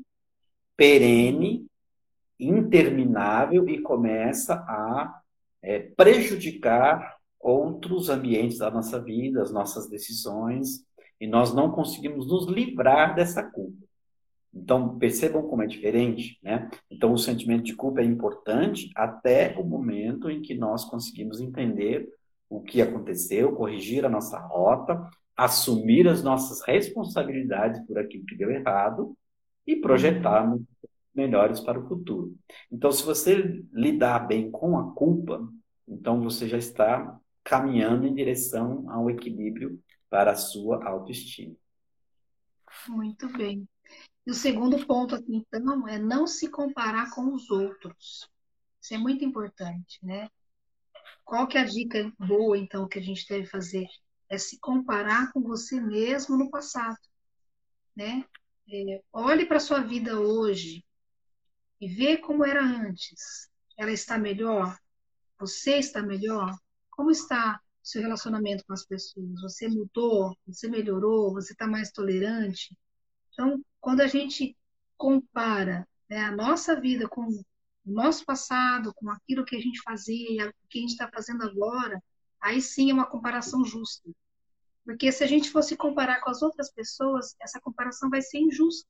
perene, interminável e começa a prejudicar outros ambientes da nossa vida, as nossas decisões, e nós não conseguimos nos livrar dessa culpa. Então, percebam como é diferente, né? Então, o sentimento de culpa é importante até o momento em que nós conseguimos entender o que aconteceu, corrigir a nossa rota, assumir as nossas responsabilidades por aquilo que deu errado e Uhum. projetarmos melhores para o futuro. Então, se você lidar bem com a culpa, então você já está caminhando em direção ao equilíbrio para a sua autoestima. Muito bem. E o segundo ponto aqui, então, é não se comparar com os outros. Isso é muito importante, né? Qual que é a dica boa, então, que a gente deve fazer? É se comparar com você mesmo no passado, né? Olhe para a sua vida hoje e vê como era antes. Ela está melhor? Você está melhor? Como está o seu relacionamento com as pessoas? Você mudou? Você melhorou? Você está mais tolerante? Então, quando a gente compara, né, a nossa vida com o nosso passado, com aquilo que a gente fazia, o que a gente está fazendo agora, aí sim é uma comparação justa. Porque se a gente fosse comparar com as outras pessoas, essa comparação vai ser injusta,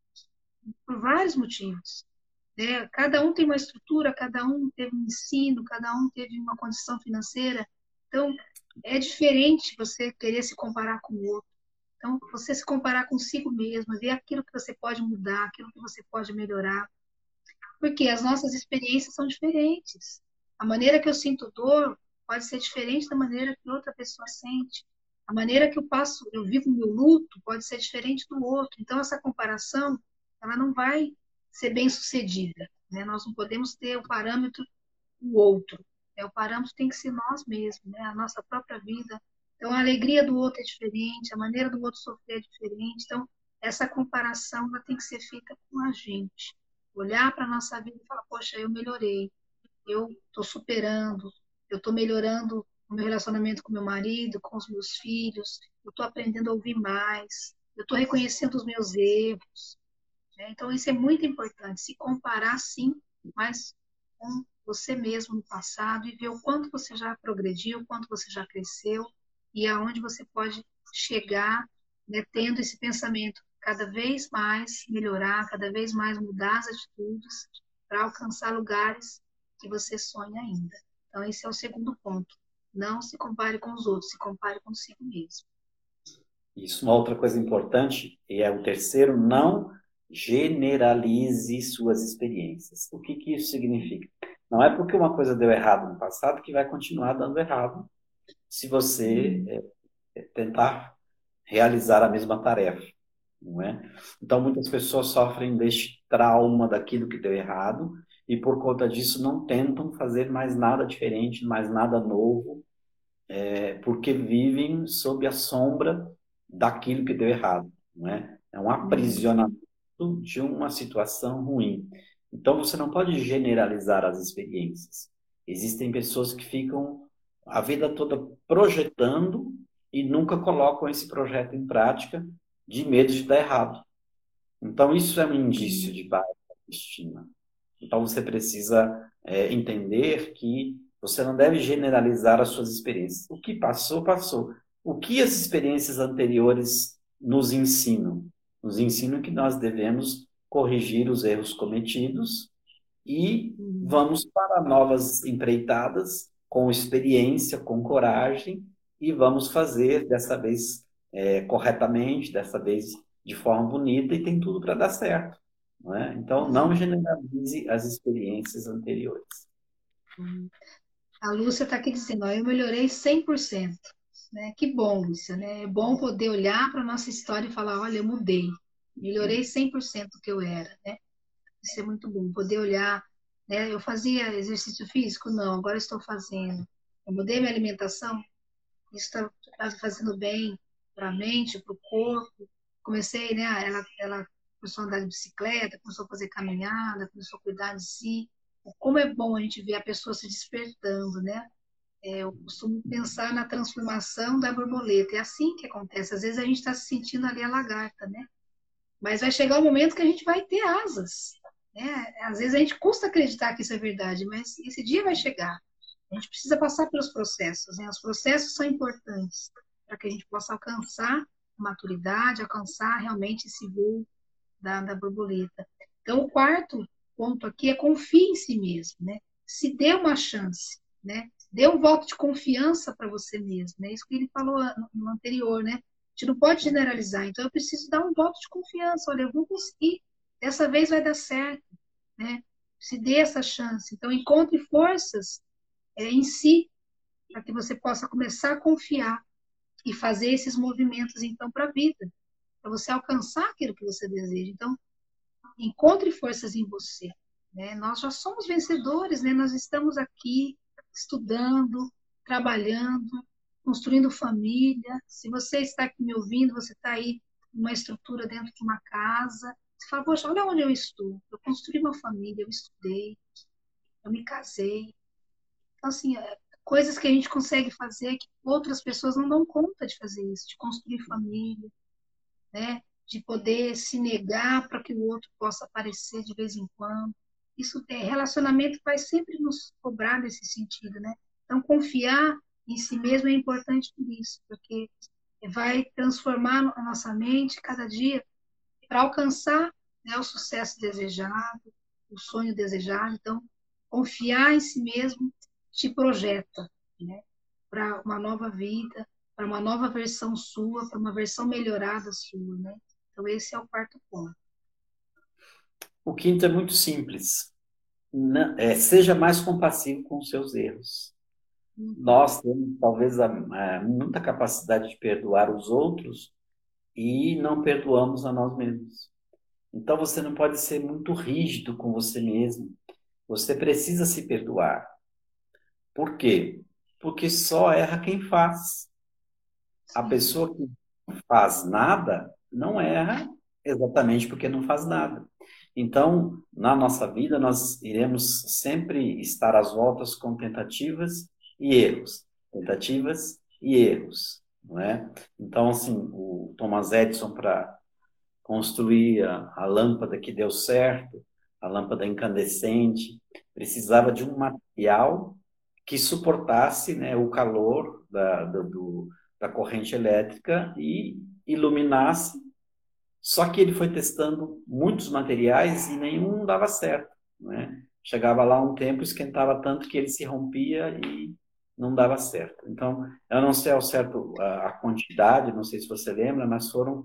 por vários motivos, né? Cada um tem uma estrutura, cada um teve um ensino, cada um teve uma condição financeira. Então, é diferente você querer se comparar com o outro. Então, você se comparar consigo mesmo, ver aquilo que você pode mudar, aquilo que você pode melhorar, porque as nossas experiências são diferentes. A maneira que eu sinto dor pode ser diferente da maneira que outra pessoa sente. A maneira que eu vivo o meu luto pode ser diferente do outro. Então, essa comparação, ela não vai ser bem sucedida, né? Nós não podemos ter o parâmetro o outro. O parâmetro tem que ser nós mesmos, né? A nossa própria vida. Então, a alegria do outro é diferente, a maneira do outro sofrer é diferente. Então, essa comparação ela tem que ser feita com a gente. Olhar para a nossa vida e falar, poxa, eu melhorei, eu estou superando, eu estou melhorando o meu relacionamento com meu marido, com os meus filhos, eu estou aprendendo a ouvir mais, eu estou reconhecendo os meus erros, né? Então, isso é muito importante, se comparar, sim, mas com você mesmo no passado e ver o quanto você já progrediu, o quanto você já cresceu e aonde você pode chegar, né, tendo esse pensamento cada vez mais melhorar, cada vez mais mudar as atitudes para alcançar lugares que você sonha ainda. Então, esse é o segundo ponto. Não se compare com os outros, se compare consigo mesmo. Isso, uma outra coisa importante, e é o terceiro, não generalize suas experiências. O que que isso significa? Não é porque uma coisa deu errado no passado que vai continuar dando errado se você Uhum. tentar realizar a mesma tarefa, não é? Então, muitas pessoas sofrem deste trauma daquilo que deu errado e por conta disso não tentam fazer mais nada diferente, mais nada novo, porque vivem sob a sombra daquilo que deu errado, não é? É um Uhum. aprisionamento de uma situação ruim. Então, você não pode generalizar as experiências. Existem pessoas que ficam a vida toda projetando e nunca colocam esse projeto em prática de medo de dar errado. Então, isso é um indício Uhum. de baixa autoestima. Então, você precisa entender que você não deve generalizar as suas experiências. O que passou, passou. O que as experiências anteriores nos ensinam? Nos ensinam que nós devemos corrigir os erros cometidos e Uhum. vamos para novas empreitadas com experiência, com coragem e vamos fazer dessa vez corretamente, dessa vez de forma bonita e tem tudo para dar certo, não é? Então, não Uhum. generalize as experiências anteriores. Uhum. A Lúcia está aqui dizendo, ó, eu melhorei 100%, né? Que bom, Lúcia, né? É bom poder olhar para a nossa história e falar, olha, eu mudei, melhorei 100% do que eu era, né? Isso é muito bom, poder olhar, né? Eu fazia exercício físico? Não, agora estou fazendo. Eu mudei minha alimentação? Isso está fazendo bem para a mente, para o corpo. Comecei, né? Ela começou a andar de bicicleta, começou a fazer caminhada, começou a cuidar de si. Como é bom a gente ver a pessoa se despertando, né? Eu costumo pensar na transformação da borboleta. É assim que acontece. Às vezes a gente está se sentindo ali a lagarta, né? Mas vai chegar o momento que a gente vai ter asas, né? Às vezes a gente custa acreditar que isso é verdade, mas esse dia vai chegar. A gente precisa passar pelos processos, né? Os processos são importantes para que a gente possa alcançar a maturidade, alcançar realmente esse voo da borboleta. Então, o quarto ponto aqui é confie em si mesmo, né? Se dê uma chance, né? Dê um voto de confiança para você mesmo, né? Isso que ele falou no anterior, né? A gente não pode generalizar, então eu preciso dar um voto de confiança. Olha, eu vou conseguir, dessa vez vai dar certo, né? Se dê essa chance. Então, encontre forças em si, para que você possa começar a confiar e fazer esses movimentos, então, para a vida, para você alcançar aquilo que você deseja. Então, encontre forças em você, né? Nós já somos vencedores, né? Nós estamos aqui estudando, trabalhando, construindo família. Se você está aqui me ouvindo, você está aí numa estrutura dentro de uma casa, você fala, poxa, olha onde eu estou. Eu construí uma família, eu estudei, eu me casei. Então, assim, coisas que a gente consegue fazer que outras pessoas não dão conta de fazer isso, de construir família, né? De poder se negar para que o outro possa aparecer de vez em quando. Isso tem relacionamento vai sempre nos cobrar nesse sentido, né? Então, confiar em si mesmo é importante por isso, porque vai transformar a nossa mente cada dia para alcançar, né, o sucesso desejado, o sonho desejado. Então, confiar em si mesmo te projeta, né, para uma nova vida, para uma nova versão sua, para uma versão melhorada sua, né? Então, esse é o quarto ponto. O quinto é muito simples. Seja mais compassivo com os seus erros. Uhum. Nós temos talvez muita capacidade de perdoar os outros e não perdoamos a nós mesmos. Então você não pode ser muito rígido com você mesmo. Você precisa se perdoar. Por quê? Porque só erra quem faz. A Sim, pessoa que faz nada não erra exatamente porque não faz nada. Então, na nossa vida, nós iremos sempre estar às voltas com tentativas e erros, não é? Então, assim, o Thomas Edison, para construir a lâmpada que deu certo, a lâmpada incandescente, precisava de um material que suportasse, né, o calor da corrente elétrica e iluminasse. Só que ele foi testando muitos materiais e nenhum dava certo, né? Chegava lá um tempo, esquentava tanto que ele se rompia e não dava certo. Então, eu não sei ao certo a quantidade, não sei se você lembra, mas foram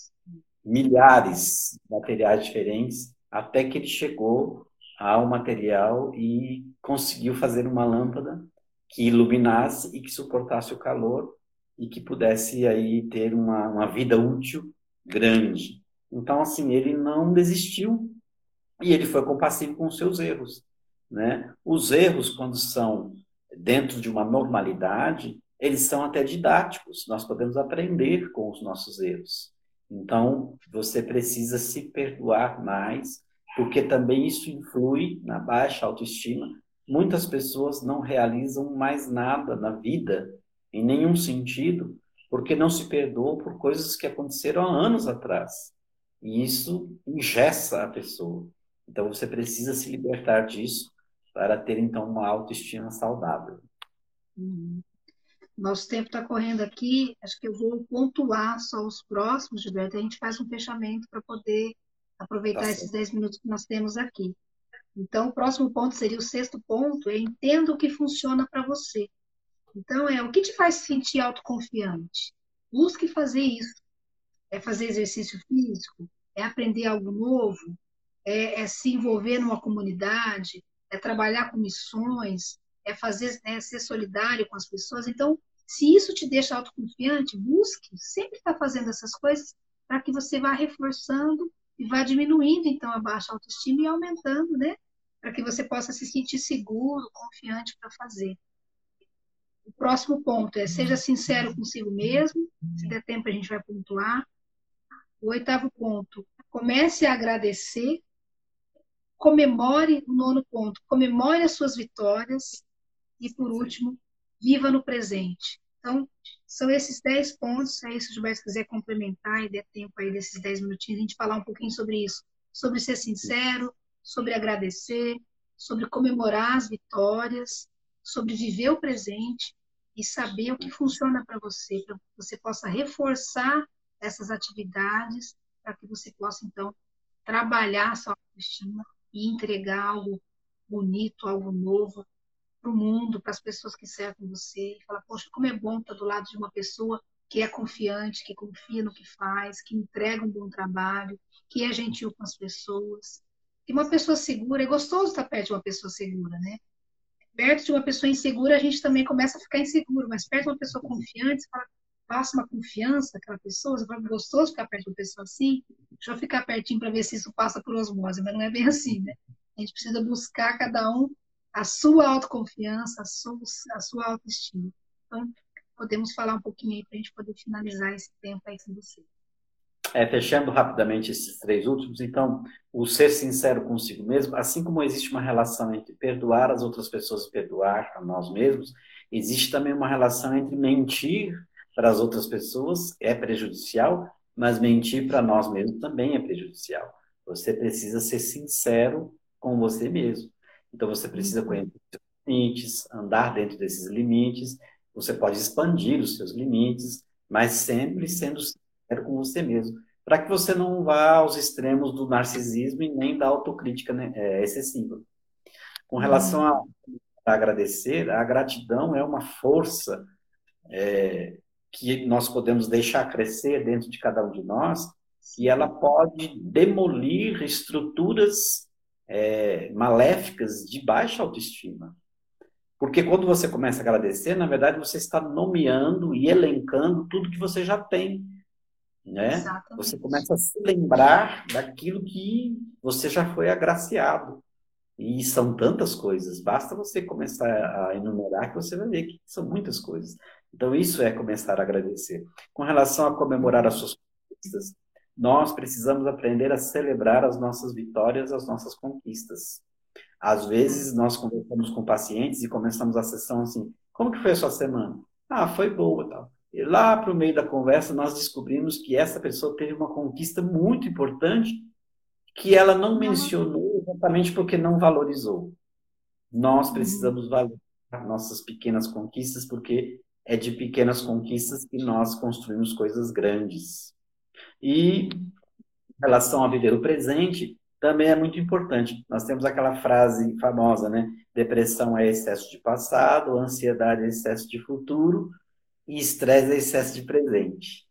milhares de materiais diferentes até que ele chegou ao material e conseguiu fazer uma lâmpada que iluminasse e que suportasse o calor e que pudesse aí ter uma vida útil grande. Então, assim, ele não desistiu e ele foi compassivo com os seus erros, né? Os erros, quando são dentro de uma normalidade, eles são até didáticos. Nós podemos aprender com os nossos erros. Então, você precisa se perdoar mais, porque também isso influi na baixa autoestima. Muitas pessoas não realizam mais nada na vida, em nenhum sentido, porque não se perdoam por coisas que aconteceram há anos atrás. E isso engessa a pessoa. Então você precisa se libertar disso para ter então uma autoestima saudável. uhum. Nosso tempo está correndo aqui, acho que eu vou pontuar só os próximos, Gilberto, a gente faz um fechamento para poder Tá aproveitar esses certo. 10 minutos que nós temos aqui. Então, o próximo ponto seria o sexto ponto, é entenda o que funciona para você. Então, o que te faz se sentir autoconfiante? Busque fazer isso. É fazer exercício físico, é aprender algo novo, é se envolver numa comunidade, é trabalhar com missões, é fazer, ser solidário com as pessoas. Então, se isso te deixa autoconfiante, busque sempre estar fazendo essas coisas para que você vá reforçando e vá diminuindo, então, a baixa autoestima e aumentando, né? Para que você possa se sentir seguro, confiante para fazer. O próximo ponto é seja sincero consigo mesmo. Se der tempo, a gente vai pontuar. O oitavo ponto, comece a agradecer. Comemore o nono ponto, comemore as suas vitórias. E, por Sim. último, viva no presente. Então, são esses 10 pontos. Aí, se o Gilberto quiser complementar e der tempo aí desses 10 minutinhos, a gente falar um pouquinho sobre isso. Sobre ser sincero, sobre agradecer, sobre comemorar as vitórias. sobre viver o presente e saber o que funciona para que você possa reforçar essas atividades, para que você possa, então, trabalhar a sua autoestima e entregar algo bonito, algo novo para o mundo, para as pessoas que cercam você. E falar, poxa, como é bom estar do lado de uma pessoa que é confiante, que confia no que faz, que entrega um bom trabalho, que é gentil com as pessoas. E uma pessoa segura, é gostoso estar perto de uma pessoa segura, né? Perto de uma pessoa insegura, a gente também começa a ficar inseguro, mas perto de uma pessoa confiante, você fala, passa uma confiança àquela pessoa, você fala, gostoso ficar perto de uma pessoa assim, deixa eu ficar pertinho para ver se isso passa por osmose, mas não é bem assim, né? A gente precisa buscar cada um a sua autoconfiança, a sua autoestima. Então, podemos falar um pouquinho aí para a gente poder finalizar esse tempo aí com você. Fechando rapidamente esses três últimos, então, o ser sincero consigo mesmo, assim como existe uma relação entre perdoar as outras pessoas e perdoar a nós mesmos, existe também uma relação entre mentir para as outras pessoas é prejudicial, mas mentir para nós mesmos também é prejudicial. Você precisa ser sincero com você mesmo. Então, você precisa conhecer os seus limites, andar dentro desses limites, você pode expandir os seus limites, mas sempre sendo com você mesmo, para que você não vá aos extremos do narcisismo e nem da autocrítica, né, excessiva. Com relação a agradecer, a gratidão é uma força que nós podemos deixar crescer dentro de cada um de nós, e ela pode demolir estruturas maléficas de baixa autoestima. Porque quando você começa a agradecer, na verdade, você está nomeando e elencando tudo que você já tem, né? Você Exatamente. começa a se lembrar daquilo que você já foi agraciado. E são tantas coisas, basta você começar a enumerar que você vai ver que são muitas coisas. Então, isso é começar a agradecer. Com relação a comemorar as suas conquistas, nós precisamos aprender a celebrar as nossas vitórias, as nossas conquistas. Às vezes, nós conversamos com pacientes e começamos a sessão assim, como que foi a sua semana? Ah, foi boa, tal. E lá para o meio da conversa, nós descobrimos que essa pessoa teve uma conquista muito importante que ela não mencionou exatamente porque não valorizou. Nós Uhum. precisamos valorizar nossas pequenas conquistas, porque é de pequenas conquistas que nós construímos coisas grandes. E em relação a viver o presente, também é muito importante. Nós temos aquela frase famosa, né? Depressão é excesso de passado, ansiedade é excesso de futuro e estresse é excesso de presente.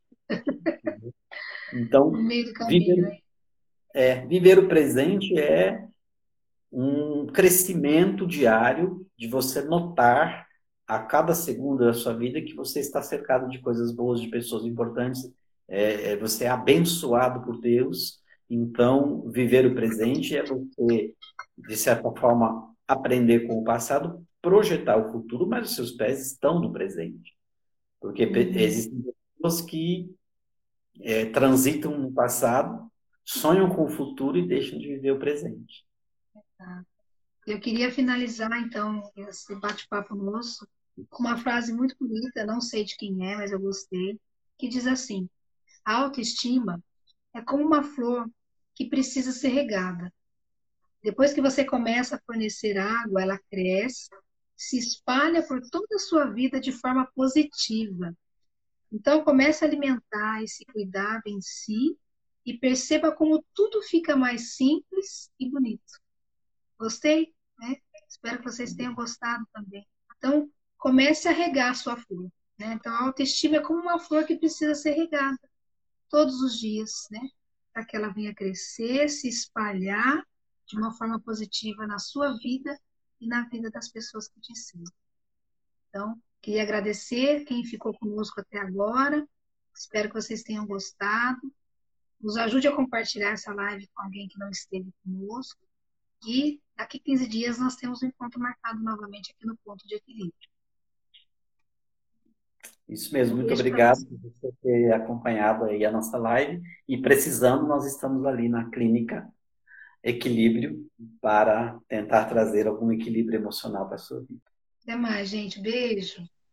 No Então, meio do caminho, viver, né? viver o presente é um crescimento diário de você notar a cada segundo da sua vida que você está cercado de coisas boas, de pessoas importantes, você é abençoado por Deus. Então, viver o presente é você, de certa forma, aprender com o passado, projetar o futuro, mas os seus pés estão no presente. Porque Uhum. existem pessoas que transitam no passado, sonham com o futuro e deixam de viver o presente. Tá. Eu queria finalizar, então, esse bate-papo nosso com uma frase muito bonita, não sei de quem é, mas eu gostei, que diz assim: a autoestima é como uma flor que precisa ser regada. Depois que você começa a fornecer água, ela cresce, se espalha por toda a sua vida de forma positiva. Então, comece a alimentar esse cuidado em si e perceba como tudo fica mais simples e bonito. Gostei, né? Espero que vocês tenham gostado também. Então, comece a regar a sua flor, né? Então, a autoestima é como uma flor que precisa ser regada todos os dias, né? Para que ela venha crescer, se espalhar de uma forma positiva na sua vida e na vida das pessoas que te cercam. Então, queria agradecer quem ficou conosco até agora. Espero que vocês tenham gostado. Nos ajude a compartilhar essa live com alguém que não esteve conosco. E daqui 15 dias nós temos um encontro marcado novamente aqui no Ponto de Equilíbrio. Isso mesmo, Um muito beijo para obrigado você. por você ter acompanhado aí a nossa live e precisando, nós estamos ali na clínica Equilíbrio para tentar trazer algum equilíbrio emocional para a sua vida. Até mais, gente. Beijo.